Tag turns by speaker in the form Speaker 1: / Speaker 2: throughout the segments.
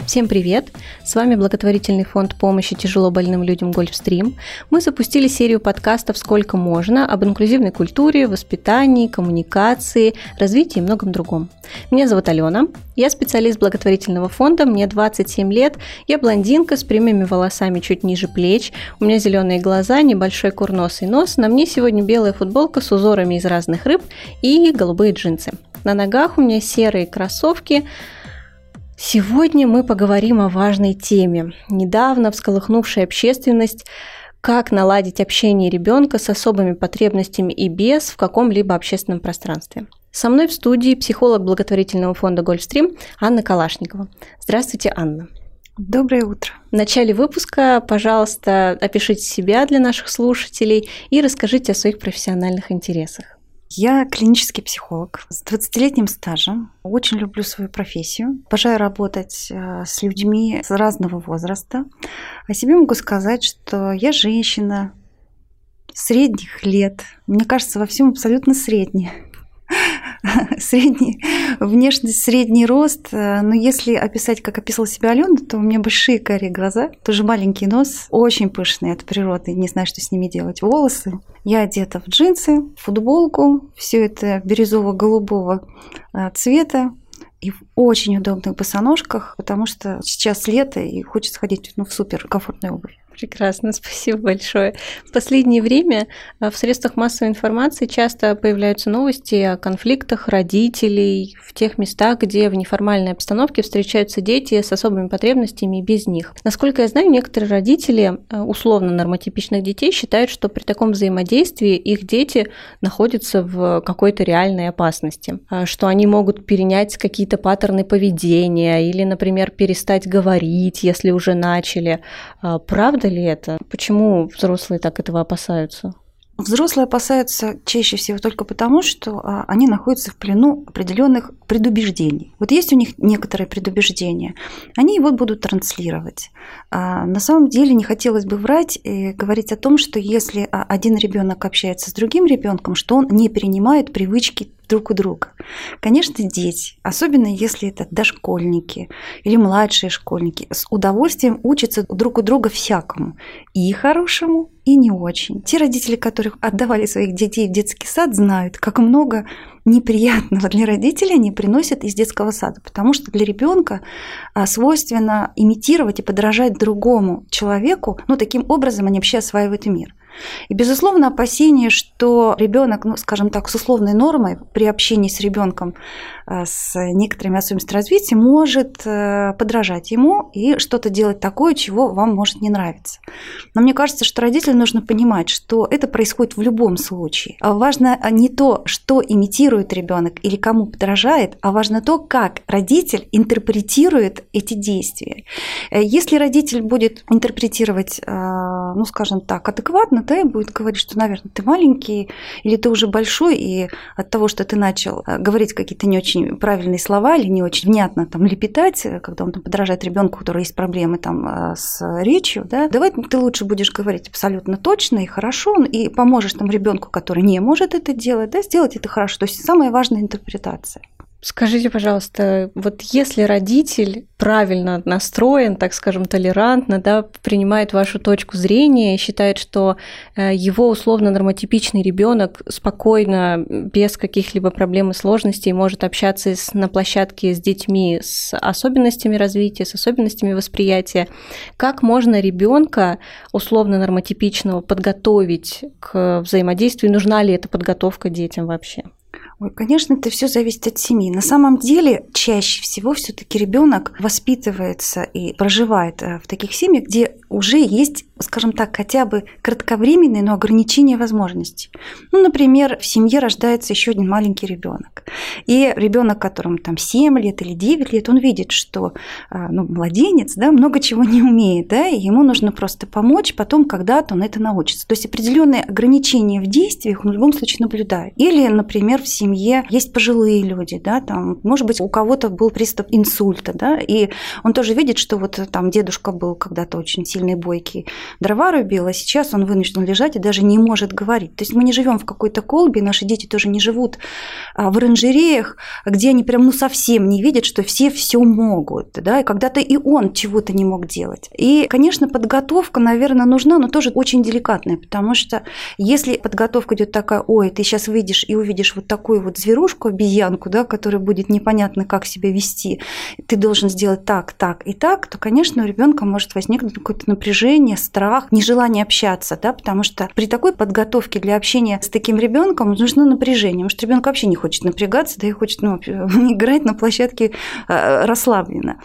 Speaker 1: Всем привет! С вами благотворительный фонд помощи тяжело больным людям Гольфстрим. Мы запустили серию подкастов «Сколько можно» об инклюзивной культуре, воспитании, коммуникации, развитии и многом другом. Меня зовут Алена, я специалист благотворительного фонда, мне 27 лет, я блондинка с прямыми волосами чуть ниже плеч, у меня зеленые глаза, небольшой курносый нос, на мне сегодня белая футболка с узорами из разных рыб и голубые джинсы. На ногах у меня серые кроссовки. Сегодня мы поговорим о важной теме, недавно всколыхнувшей общественность, как наладить общение ребенка с особыми потребностями и без в каком-либо общественном пространстве. Со мной в студии психолог благотворительного фонда Гольфстрим Анна Калашникова. Здравствуйте, Анна.
Speaker 2: Доброе утро.
Speaker 1: В начале выпуска, пожалуйста, опишите себя для наших слушателей и расскажите о своих профессиональных интересах.
Speaker 2: Я клинический психолог с 20-летним стажем. Очень люблю свою профессию. Обожаю работать с людьми с разного возраста. О себе могу сказать, что я женщина средних лет. Мне кажется, во всем абсолютно средняя. Внешность, средний рост. Но если описать, как описывала себя Алена, то у меня большие карие глаза, тоже маленький нос, очень пышные от природы, не знаю, что с ними делать, волосы. Я одета в джинсы, футболку, все это бирюзово-голубого цвета и в очень удобных босоножках, потому что сейчас лето и хочется ходить в супер комфортной обуви.
Speaker 1: Прекрасно, спасибо большое. В последнее время в средствах массовой информации часто появляются новости о конфликтах родителей в тех местах, где в неформальной обстановке встречаются дети с особыми потребностями и без них. Насколько я знаю, некоторые родители условно нормотипичных детей считают, что при таком взаимодействии их дети находятся в какой-то реальной опасности, что они могут перенять какие-то паттерны поведения или, например, перестать говорить, если уже начали. Правда ли это? Почему взрослые так этого опасаются?
Speaker 2: Взрослые опасаются чаще всего только потому, что они находятся в плену определенных предубеждений. Вот есть у них некоторые предубеждения, они его будут транслировать. На самом деле не хотелось бы врать и говорить о том, что если один ребенок общается с другим ребенком, что он не перенимает привычки друг у друга. Конечно, дети, особенно если это дошкольники или младшие школьники, с удовольствием учатся друг у друга всякому, и хорошему, и не очень. Те родители, которые отдавали своих детей в детский сад, знают, как много неприятного для родителей они приносят из детского сада, потому что для ребенка свойственно имитировать и подражать другому человеку, таким образом они вообще осваивают мир. И, безусловно, опасение, что ребенок, скажем так, с условной нормой при общении с ребенком с некоторыми особенностями развития может подражать ему и что-то делать такое, чего вам может не нравиться. Но мне кажется, что родителям нужно понимать, что это происходит в любом случае. Важно не то, что имитирует ребенок или кому подражает, а важно то, как родитель интерпретирует эти действия. Если родитель будет интерпретировать, скажем так, адекватно, и будет говорить, что, наверное, ты маленький или ты уже большой, и от того, что ты начал говорить какие-то не очень правильные слова или не очень внятно лепетать, когда он подражает ребенку, у которого есть проблемы с речью, давай ты лучше будешь говорить абсолютно точно и хорошо, и поможешь ребенку, который не может это делать, сделать это хорошо. То есть самая важная интерпретация.
Speaker 1: Скажите, пожалуйста, вот если родитель правильно настроен, так скажем, толерантно, принимает вашу точку зрения и считает, что его условно-нормотипичный ребенок спокойно, без каких-либо проблем и сложностей может общаться на площадке с детьми с особенностями развития, с особенностями восприятия, как можно ребенка условно-нормотипичного подготовить к взаимодействию? Нужна ли эта подготовка детям вообще?
Speaker 2: Конечно, это все зависит от семьи. На самом деле, чаще всего все-таки ребенок воспитывается и проживает в таких семьях, где уже есть, скажем так, хотя бы кратковременные, но ограничения возможностей. Например, в семье рождается еще один маленький ребенок. И ребенок, которому 7 лет или 9 лет, он видит, что младенец, много чего не умеет, и ему нужно просто помочь, потом когда-то он это научится. То есть определенные ограничения в действиях он в любом случае наблюдает. Или, например, в семье есть пожилые люди, может быть, у кого-то был приступ инсульта, и он тоже видит, что дедушка был когда-то очень сильный, бойкий, дрова рубил, а сейчас он вынужден лежать и даже не может говорить. То есть мы не живем в какой-то колбе, наши дети тоже не живут в оранжереях, где они прям совсем не видят, что все могут, да, и когда-то и он чего-то не мог делать. И, конечно, подготовка, наверное, нужна, но тоже очень деликатная, потому что если подготовка идет такая: ой, ты сейчас выйдешь и увидишь вот такую вот зверушку, обезьянку, да, которая будет непонятно, как себя вести, ты должен сделать так, так и так, то, конечно, у ребенка может возникнуть какое-то напряжение, страх, нежелание общаться, да, потому что при такой подготовке для общения с таким ребенком нужно напряжение, потому что ребенок вообще не хочет напрягаться, да, и хочет играть на площадке расслабленно.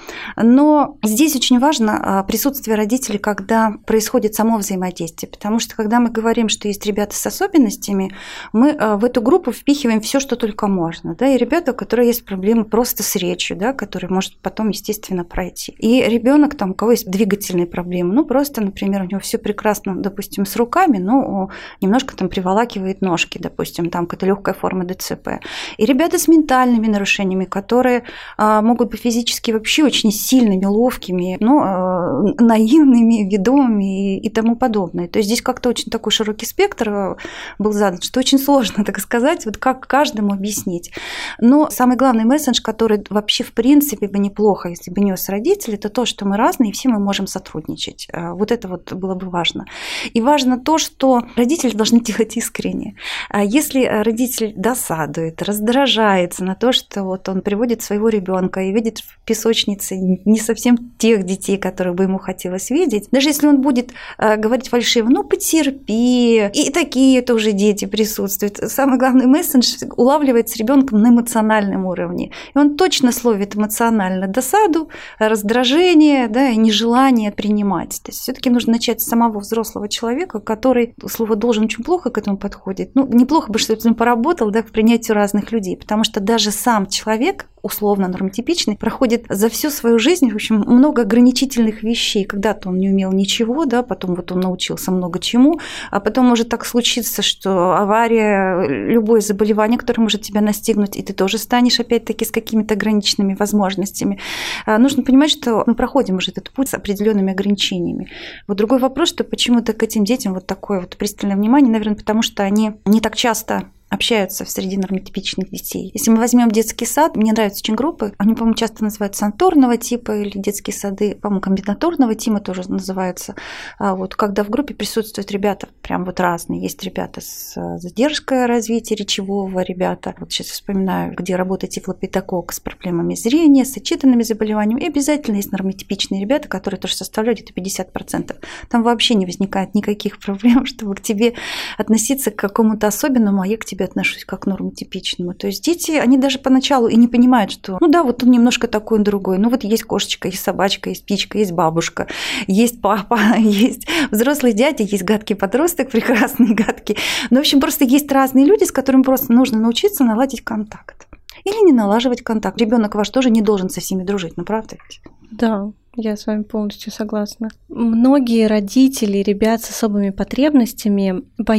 Speaker 2: Но здесь очень важно присутствие родителей, когда происходит само взаимодействие, потому что когда мы говорим, что есть ребята с особенностями, мы в эту группу впихиваем все, что только можно, да, и ребята, у которых есть проблемы просто с речью, да, которые может потом, естественно, пройти. И ребенок, там, у кого есть двигательные проблемы, просто, например, у него все прекрасно, допустим, с руками, но немножко там приволакивает ножки, допустим, там какая-то легкая форма ДЦП. И ребята с ментальными нарушениями, которые могут быть физически вообще очень сильными, ловкими, но наивными, ведомыми и тому подобное. То есть здесь как-то очень такой широкий спектр был задан, что очень сложно, так сказать, вот как каждому объяснить. Но самый главный месседж, который вообще в принципе бы неплохо, если бы нес родители, это то, что мы разные, и все мы можем сотрудничать. Вот это вот было бы важно. И важно то, что родители должны делать искренне. Если родитель досадует, раздражается на то, что вот он приводит своего ребенка и видит в песочнице не совсем тех детей, которых бы ему хотелось видеть, даже если он будет говорить фальшиво: потерпи, и такие тоже дети присутствуют. Самый главный месседж улавливается ребенком на эмоциональном уровне. И он точно словит эмоционально досаду, раздражение, да, и нежелание принимать. То есть все-таки нужно начать с самого взрослого человека, который, слово «должен» очень плохо к этому подходит. Неплохо бы, чтобы он поработал, да, в принятии разных людей, потому что даже сам человек, условно нормотипичный, проходит за всю свою жизнь, в общем, много ограничительных вещей. Когда-то он не умел ничего, да, потом вот он научился много чему, а потом может так случиться, что авария, любое заболевание, которое может тебя настигнуть, и ты тоже станешь опять-таки с какими-то ограниченными возможностями. Нужно понимать, что мы проходим уже этот путь с определенными ограничениями. Вот другой вопрос, что почему-то к этим детям вот такое вот пристальное внимание, наверное, потому что они не так часто общаются среди нормотипичных детей. Если мы возьмем детский сад, мне нравятся очень группы, они, по-моему, часто называются санаторного типа или детские сады, по-моему, комбинаторного типа тоже называются. Вот, когда в группе присутствуют ребята прям вот разные. Есть ребята с задержкой развития речевого, ребята, вот сейчас вспоминаю, где работает тифлопедагог с проблемами зрения, с сочетанными заболеваниями, и обязательно есть нормотипичные ребята, которые тоже составляют где-то 50%. Там вообще не возникает никаких проблем, чтобы к тебе относиться к какому-то особенному, а я к тебе отношусь как к нормотипичному. То есть дети, они даже поначалу и не понимают, что вот он немножко такой, он другой. Вот есть кошечка, есть собачка, есть птичка, есть бабушка, есть папа, есть взрослый дядя, есть гадкий подросток, прекрасный гадкий. В общем, просто есть разные люди, с которыми просто нужно научиться наладить контакт. Или не налаживать контакт. Ребенок ваш тоже не должен со всеми дружить, правда ведь?
Speaker 1: Да. Я с вами полностью согласна. Многие родители, ребят с особыми потребностями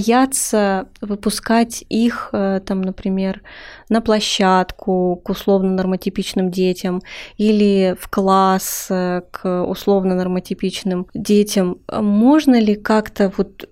Speaker 1: боятся выпускать их, там, например, на площадку к условно-нормотипичным детям или в класс к условно-нормотипичным детям. Можно ли как-то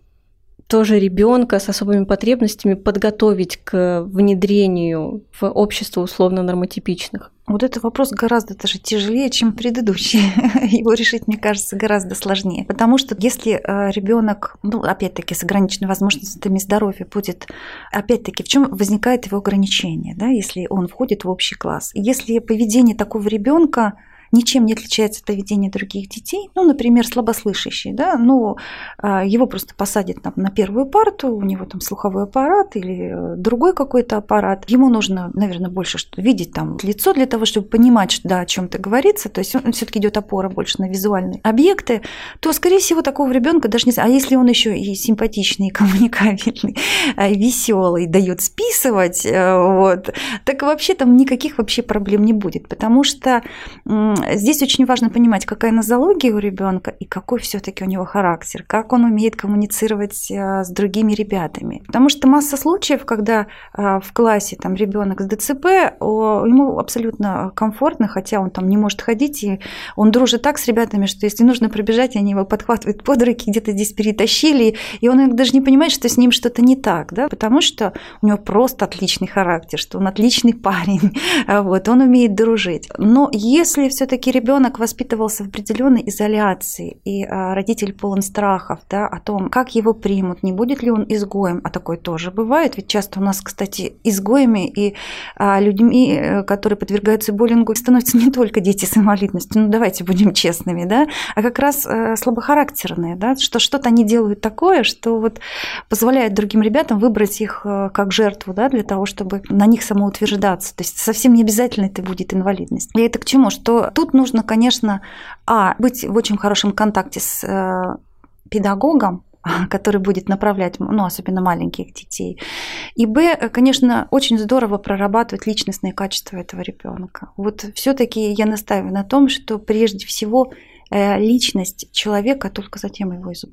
Speaker 1: тоже ребенка с особыми потребностями подготовить к внедрению в общество условно-нормотипичных?
Speaker 2: Вот этот вопрос гораздо даже тяжелее, чем предыдущий. Его решить, мне кажется, гораздо сложнее. Потому что если ребенок, опять-таки, с ограниченными возможностями здоровья будет, опять-таки, в чем возникает его ограничение, да, если он входит в общий класс? Если поведение такого ребенка ничем не отличается от поведения других детей, например, слабослышащий, да, его просто посадят на первую парту, у него там слуховой аппарат или другой какой-то аппарат, ему нужно, наверное, больше видеть там лицо для того, чтобы понимать, что, да, о чем-то говорится, то есть все-таки идет опора больше на визуальные объекты, то, скорее всего, такого ребенка даже не знаю, а если он еще и симпатичный, и коммуникабельный, веселый, дает списывать, так вообще там никаких вообще проблем не будет, потому что здесь очень важно понимать, какая нозология у ребенка и какой все-таки у него характер, как он умеет коммуницировать с другими ребятами. Потому что масса случаев, когда в классе там ребенок с ДЦП, ему абсолютно комфортно, хотя он там не может ходить, и он дружит так с ребятами, что если нужно пробежать, они его подхватывают под руки, где-то здесь перетащили, и он даже не понимает, что с ним что-то не так, да, потому что у него просто отличный характер, что он отличный парень, вот, он умеет дружить. Но если все-таки ребенок воспитывался в определенной изоляции, и родитель полон страхов, да, о том, как его примут, не будет ли он изгоем, а такое тоже бывает, ведь часто у нас, кстати, изгоями и людьми, которые подвергаются буллингу, становятся не только дети с инвалидностью, ну давайте будем честными, да, а как раз слабохарактерные, да, что что-то они делают такое, что вот позволяет другим ребятам выбрать их как жертву, да, для того, чтобы на них самоутверждаться. То есть совсем не обязательно это будет инвалидность. И это к чему? Что тут нужно, конечно, быть в очень хорошем контакте с педагогом, который будет направлять, ну, особенно маленьких детей. И конечно, очень здорово прорабатывать личностные качества этого ребенка. Вот все-таки я настаиваю на том, что прежде всего личность человека, только затем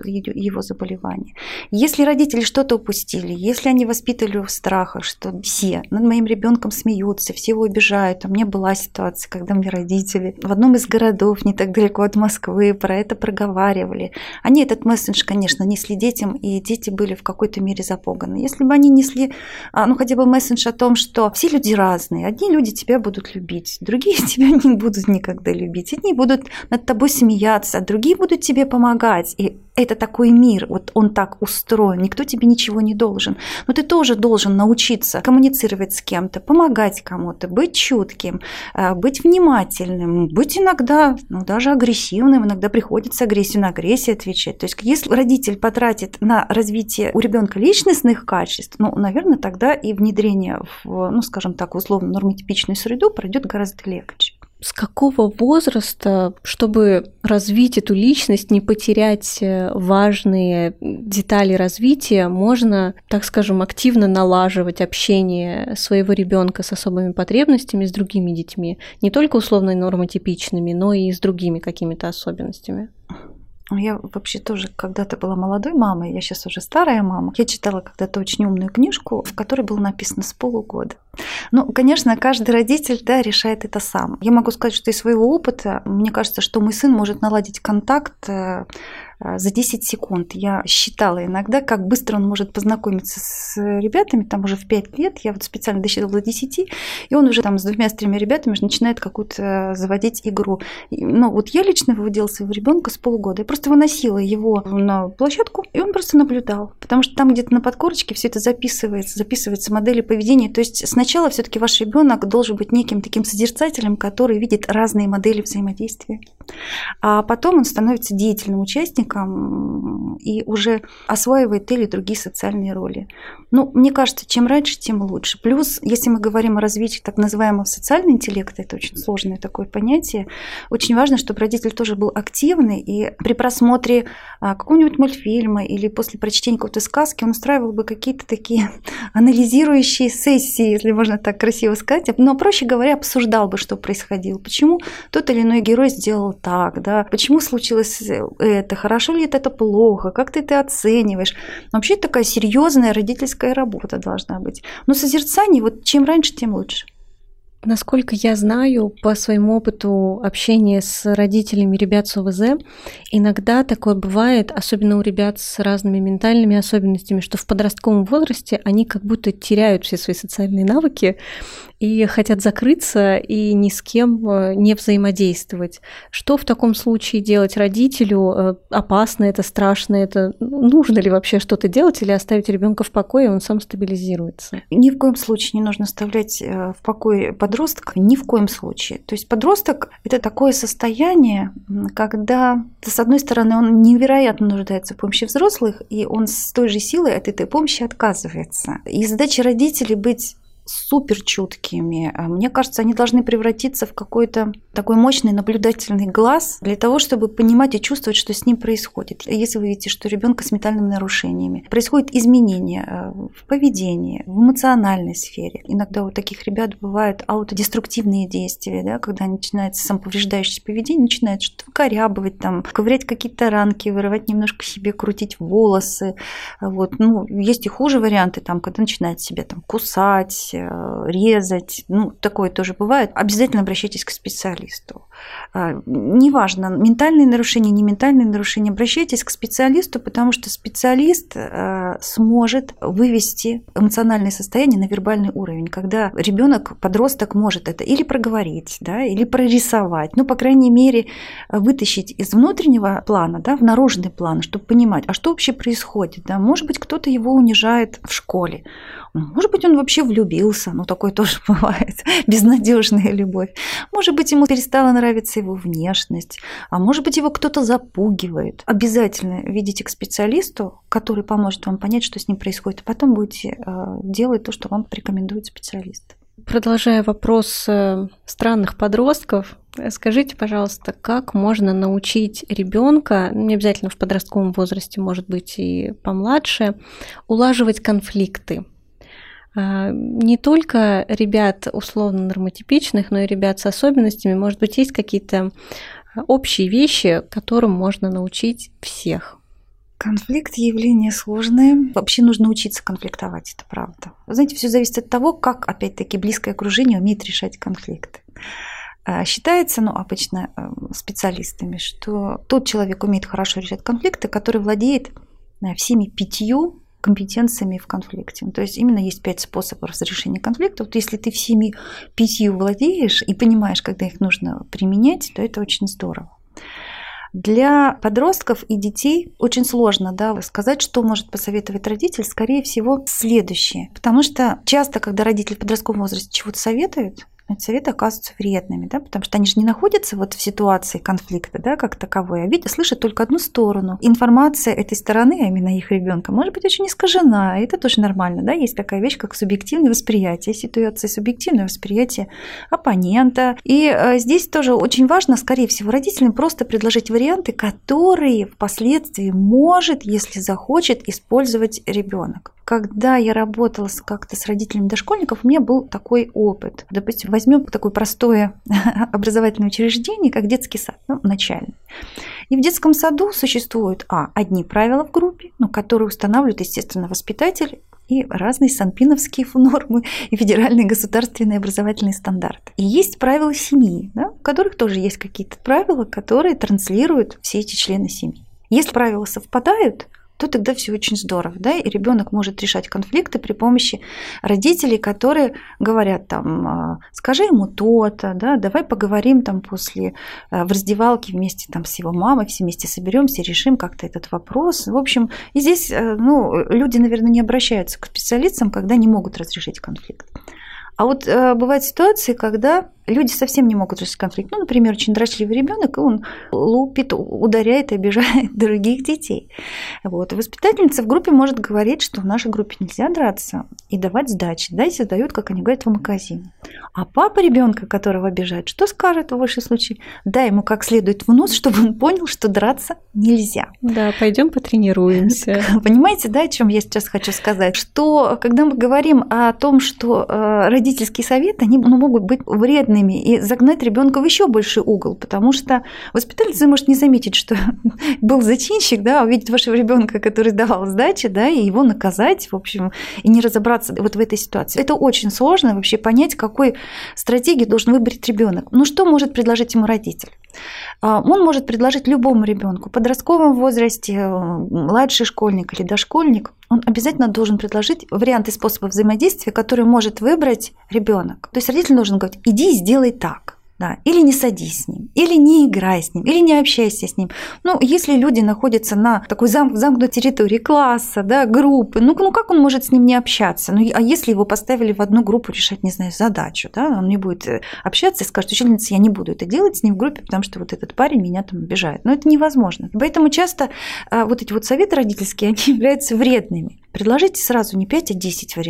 Speaker 2: его заболевание. Если родители что-то упустили, если они воспитывали в страхах, что все над моим ребенком смеются, все его обижают. У меня была ситуация, когда мне родители в одном из городов, не так далеко от Москвы, про это проговаривали. Они этот месседж, конечно, несли детям, и дети были в какой-то мере запуганы. Если бы они несли, ну, хотя бы месседж о том, что все люди разные, одни люди тебя будут любить, другие тебя не будут никогда любить, одни будут над тобой смеяться, другие будут тебе помогать. И это такой мир, вот он так устроен, никто тебе ничего не должен. Но ты тоже должен научиться коммуницировать с кем-то, помогать кому-то, быть чутким, быть внимательным, быть иногда, ну, даже агрессивным, иногда приходится агрессию на агрессию отвечать. То есть если родитель потратит на развитие у ребенка личностных качеств, ну, наверное, тогда и внедрение в, ну, скажем так, условно нормотипичную среду пройдет гораздо легче.
Speaker 1: С какого возраста, чтобы развить эту личность, не потерять важные детали развития, можно, так скажем, активно налаживать общение своего ребенка с особыми потребностями с другими детьми, не только условно нормотипичными, но и с другими какими-то особенностями?
Speaker 2: Я вообще тоже когда-то была молодой мамой, я сейчас уже старая мама. Я читала когда-то очень умную книжку, в которой было написано «С полугода». Ну, конечно, каждый родитель, да, решает это сам. Я могу сказать, что из своего опыта, мне кажется, что мой сын может наладить контакт за 10 секунд. Я считала иногда, как быстро он может познакомиться с ребятами, там уже в 5 лет, я вот специально досчитала до 10, и он уже там с 2-3 ребятами начинает какую-то заводить игру. Но вот я лично выводила своего ребенка с полугода. Я просто выносила его на площадку, и он просто наблюдал, потому что там где-то на подкорочке все это записывается модели поведения. То есть сначала все-таки ваш ребенок должен быть неким таким созерцателем, который видит разные модели взаимодействия, а потом он становится деятельным участником и уже осваивает те или другие социальные роли. Ну, мне кажется, чем раньше, тем лучше. Плюс, если мы говорим о развитии так называемого социального интеллекта, это очень сложное такое понятие, очень важно, чтобы родитель тоже был активный, и при просмотре какого-нибудь мультфильма или после прочтения какой-то сказки он устраивал бы какие-то такие анализирующие сессии, если можно так красиво сказать, но, проще говоря, обсуждал бы, что происходило, почему тот или иной герой сделал так, да, почему случилось это, хорошо ли это плохо, как ты это оцениваешь. Вообще такая серьезная родительская работа должна быть. Но созерцание, вот чем раньше, тем лучше.
Speaker 1: Насколько я знаю, по своему опыту общения с родителями ребят с ОВЗ, иногда такое бывает, особенно у ребят с разными ментальными особенностями, что в подростковом возрасте они как будто теряют все свои социальные навыки и хотят закрыться и ни с кем не взаимодействовать. Что в таком случае делать родителю? Опасно это, страшно это? Нужно ли вообще что-то делать или оставить ребенка в покое, и он сам стабилизируется?
Speaker 2: Ни в коем случае не нужно оставлять в покое подростка, ни в коем случае. То есть подросток – это такое состояние, когда, с одной стороны, он невероятно нуждается в помощи взрослых, и он с той же силой от этой помощи отказывается. И задача родителей быть суперчуткими. Мне кажется, они должны превратиться в какой-то такой мощный наблюдательный глаз для того, чтобы понимать и чувствовать, что с ним происходит. Если вы видите, что ребенка с ментальными нарушениями, происходят изменения в поведении, в эмоциональной сфере. Иногда у таких ребят бывают аутодеструктивные действия, да, когда начинается самоповреждающее поведение, начинает что-то выкорябывать, там, ковырять какие-то ранки, вырывать немножко себе, крутить волосы. Вот. Есть и хуже варианты, там, когда начинает себя там, кусать, резать. Такое тоже бывает. Обязательно обращайтесь к специалисту. Неважно, ментальные нарушения, не ментальные нарушения, обращайтесь к специалисту, потому что специалист сможет вывести эмоциональное состояние на вербальный уровень, когда ребенок, подросток может это или проговорить, да, или прорисовать, по крайней мере, вытащить из внутреннего плана, да, в наружный план, чтобы понимать, а что вообще происходит. Да? Может быть, кто-то его унижает в школе, может быть, он вообще влюбился, такое тоже бывает, безнадежная любовь. Может быть, ему перестала нравиться его внешность, а может быть, его кто-то запугивает. Обязательно ведите к специалисту, который поможет вам понять, что с ним происходит, а потом будете делать то, что вам порекомендует специалист.
Speaker 1: Продолжая вопрос странных подростков, скажите, пожалуйста, как можно научить ребенка, не обязательно в подростковом возрасте, может быть и помладше, улаживать конфликты? Не только ребят условно нормотипичных, но и ребят с особенностями. Может быть, есть какие-то общие вещи, которым можно научить всех?
Speaker 2: Конфликт – явление сложное. Вообще нужно учиться конфликтовать, это правда. Вы знаете, все зависит от того, как, опять-таки, близкое окружение умеет решать конфликты. Считается, обычно специалистами, что тот человек умеет хорошо решать конфликты, который владеет всеми 5 компетенциями в конфликте. То есть именно есть 5 способов разрешения конфликта. Вот если ты всеми 5 владеешь и понимаешь, когда их нужно применять, то это очень здорово. Для подростков и детей очень сложно сказать, что может посоветовать родитель. Скорее всего, следующее. Потому что часто, когда родители в подростковом возрасте чего-то советуют, эти советы оказываются вредными, потому что они же не находятся в ситуации конфликта, как таковой, а слышат только одну сторону. Информация этой стороны, а именно их ребенка, может быть очень искажена, и это тоже нормально. Есть такая вещь, как субъективное восприятие ситуации, субъективное восприятие оппонента. И здесь тоже очень важно, скорее всего, родителям просто предложить варианты, которые впоследствии может, если захочет, использовать ребенок. Когда я работала как-то с родителями дошкольников, у меня был такой опыт. Допустим, возьмем такое простое образовательное учреждение, как детский сад, начальный. И в детском саду существуют одни правила в группе, которые устанавливает, естественно, воспитатель, и разные санпиновские нормы, и федеральные государственные образовательные стандарты. И есть правила семьи, в которых тоже есть какие-то правила, которые транслируют все эти члены семьи. Если правила совпадают, то тогда все очень здорово, и ребенок может решать конфликты при помощи родителей, которые говорят скажи ему то-то, давай поговорим после в раздевалке вместе с его мамой, все вместе соберемся, решим как-то этот вопрос. В общем, и здесь люди, наверное, не обращаются к специалистам, когда не могут разрешить конфликт. А вот бывают ситуации, когда люди совсем не могут решить конфликт. Например, очень дрочливый ребенок, и он лупит, ударяет и обижает других детей. Воспитательница в группе может говорить, что в нашей группе нельзя драться и давать сдачи. Дайте дают, как они говорят, в магазине. А папа ребенка, которого обижает, что скажет в большем случае? Дай ему как следует в нос, чтобы он понял, что драться нельзя.
Speaker 1: Да, пойдем потренируемся.
Speaker 2: Понимаете, о чем я сейчас хочу сказать? Что когда мы говорим о том, что родительские советы, они могут быть вредными и загнать ребенка в еще больший угол, потому что воспитательница может не заметить, что был зачинщик, увидеть вашего ребенка, который давал сдачи, и его наказать, в общем, и не разобраться в этой ситуации. Это очень сложно вообще понять, какой стратегию должен выбрать ребенок. Что может предложить ему родитель? Он может предложить любому ребенку в подростковом возрасте, младший школьник или дошкольник, он обязательно должен предложить варианты способов взаимодействия, которые может выбрать ребенок. То есть родитель должен говорить: иди и сделай так. Или не садись с ним, или не играй с ним, или не общайся с ним. Если люди находятся на такой замкнутой территории класса, группы, как он может с ним не общаться? А если его поставили в одну группу решать, не знаю, задачу, он не будет общаться и скажет: учительница, я не буду это делать с ним в группе, потому что этот парень меня обижает. Это невозможно. Поэтому часто эти советы родительские, они являются вредными. Предложите сразу не 5, а 10 вариантов. То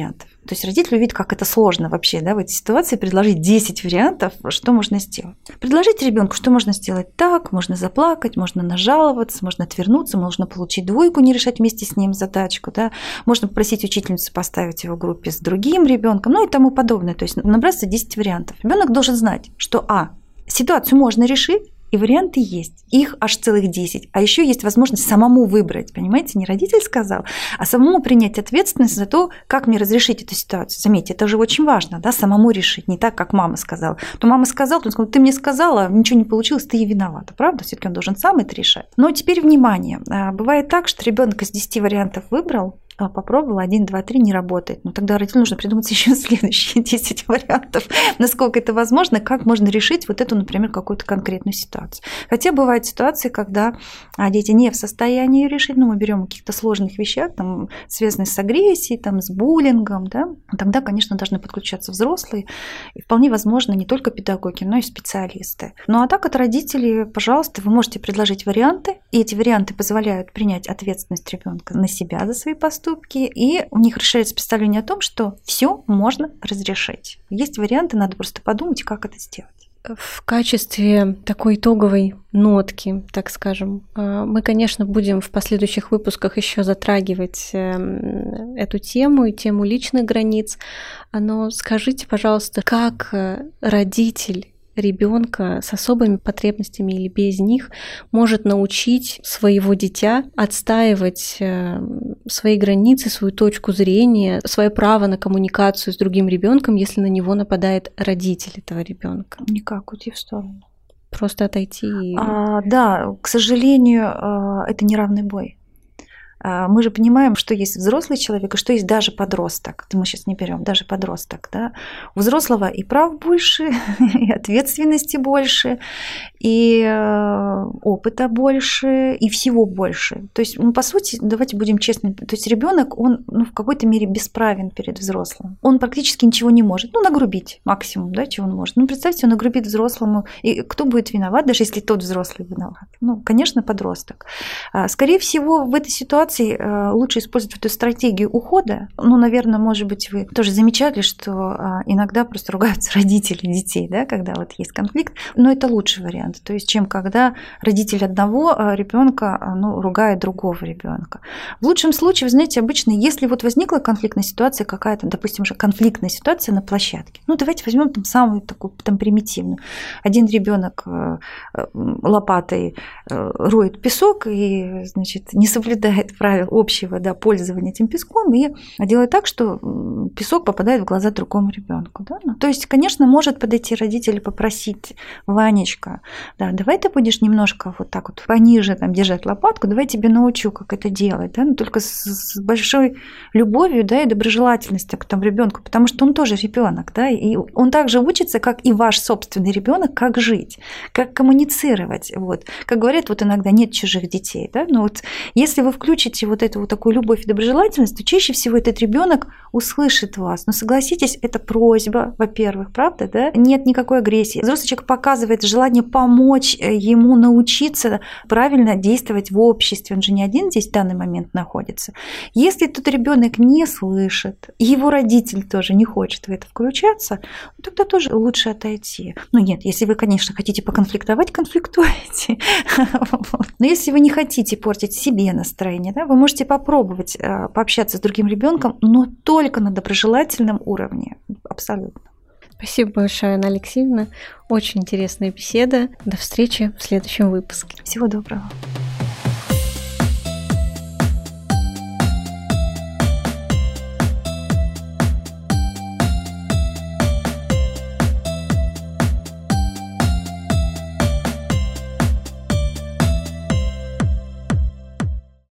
Speaker 2: То есть родитель увидит, как это сложно вообще, да, в этой ситуации предложить 10 вариантов, что можно сделать. Предложите ребенку, что можно сделать так, можно заплакать, можно нажаловаться, можно отвернуться, можно получить двойку, не решать вместе с ним задачку, да, можно попросить учительницу поставить его в группе с другим ребенком, ну и тому подобное. То есть набраться 10 вариантов. Ребенок должен знать, что ситуацию можно решить, и варианты есть. Их аж целых 10. А еще есть возможность самому выбрать. Понимаете, не родитель сказал, а самому принять ответственность за то, как мне разрешить эту ситуацию. Заметьте, это же очень важно, да, самому решить, не так, как мама сказала. То мама сказала, он сказал, ты мне сказала, ничего не получилось, ты и виновата. Правда? Все-таки он должен сам это решать. Но теперь внимание. Бывает так, что ребенок из 10 вариантов выбрал, попробовал, 1, 2, 3 не работает. Но тогда родителю нужно придумать еще следующие 10 вариантов, насколько это возможно, как можно решить вот эту, например, какую-то конкретную ситуацию. Хотя бывают ситуации, когда дети не в состоянии решить, мы берем о каких-то сложных вещах, там, связанных с агрессией, там, с буллингом, да, тогда, конечно, должны подключаться взрослые, и вполне возможно не только педагоги, но и специалисты. Ну а так от родителей, пожалуйста, вы можете предложить варианты, и эти варианты позволяют принять ответственность ребенка на себя за свои поступки, и у них расширяется представление о том, что все можно разрешить. Есть варианты, надо просто подумать, как это сделать.
Speaker 1: В качестве такой итоговой нотки, так скажем, мы, конечно, будем в последующих выпусках еще затрагивать эту тему и тему личных границ. Но скажите, пожалуйста, как родитель ребенка с особыми потребностями или без них может научить своего дитя отстаивать свои границы, свою точку зрения, свое право на коммуникацию с другим ребенком, если на него нападает родитель этого ребенка?
Speaker 2: Никак, уйти в сторону.
Speaker 1: Просто отойти.
Speaker 2: Да, к сожалению, это неравный бой. Мы же понимаем, что есть взрослый человек, и что есть даже подросток. Это мы сейчас не берем, даже подросток. Да? У взрослого и прав больше, и ответственности больше, и опыта больше, и всего больше. То есть, по сути, давайте будем честны, то есть ребенок, он в какой-то мере бесправен перед взрослым. Он практически ничего не может. Нагрубить максимум, да, чего он может. Представьте, он нагрубит взрослому, и кто будет виноват, даже если тот взрослый виноват? Конечно, подросток. Скорее всего, в этой ситуации лучше использовать эту стратегию ухода. Наверное, может быть, вы тоже замечали, что иногда просто ругаются родители детей, да, когда вот есть конфликт. Но это лучший вариант. То есть, чем когда родитель одного ребенка ругает другого ребенка. В лучшем случае, вы знаете, обычно, если вот возникла конфликтная ситуация какая-то, допустим, уже конфликтная ситуация на площадке, давайте возьмем там самую такую примитивную. Один ребенок лопатой роет песок и, значит, не соблюдает правил общего пользования этим песком и делает так, что песок попадает в глаза другому ребенку. Да? То есть, конечно, может подойти родитель и попросить: Ванечка, давай ты будешь немножко вот так вот пониже держать лопатку, давай я тебе научу, как это делать, да? Только с большой любовью, да, и доброжелательностью к тому ребенку, потому что он тоже ребенок, да, и он также учится, как и ваш собственный ребенок, как жить, как коммуницировать. Вот. Как говорят, вот иногда нет чужих детей, да? Но вот если вы включите вот эту вот такую любовь и доброжелательность, то чаще всего этот ребенок услышит вас. Но согласитесь, это просьба, во-первых, правда, да? Нет никакой агрессии. Взрослый человек показывает желание помочь ему научиться правильно действовать в обществе. Он же не один здесь в данный момент находится. Если тот ребенок не слышит, его родитель тоже не хочет в это включаться, тогда тоже лучше отойти. Нет, если вы, конечно, хотите поконфликтовать, конфликтуйте. Но если вы не хотите портить себе настроение, да, вы можете попробовать пообщаться с другим ребенком, но только на доброжелательном уровне. Абсолютно.
Speaker 1: Спасибо большое, Анна Алексеевна. Очень интересная беседа. До встречи в следующем выпуске.
Speaker 2: Всего доброго.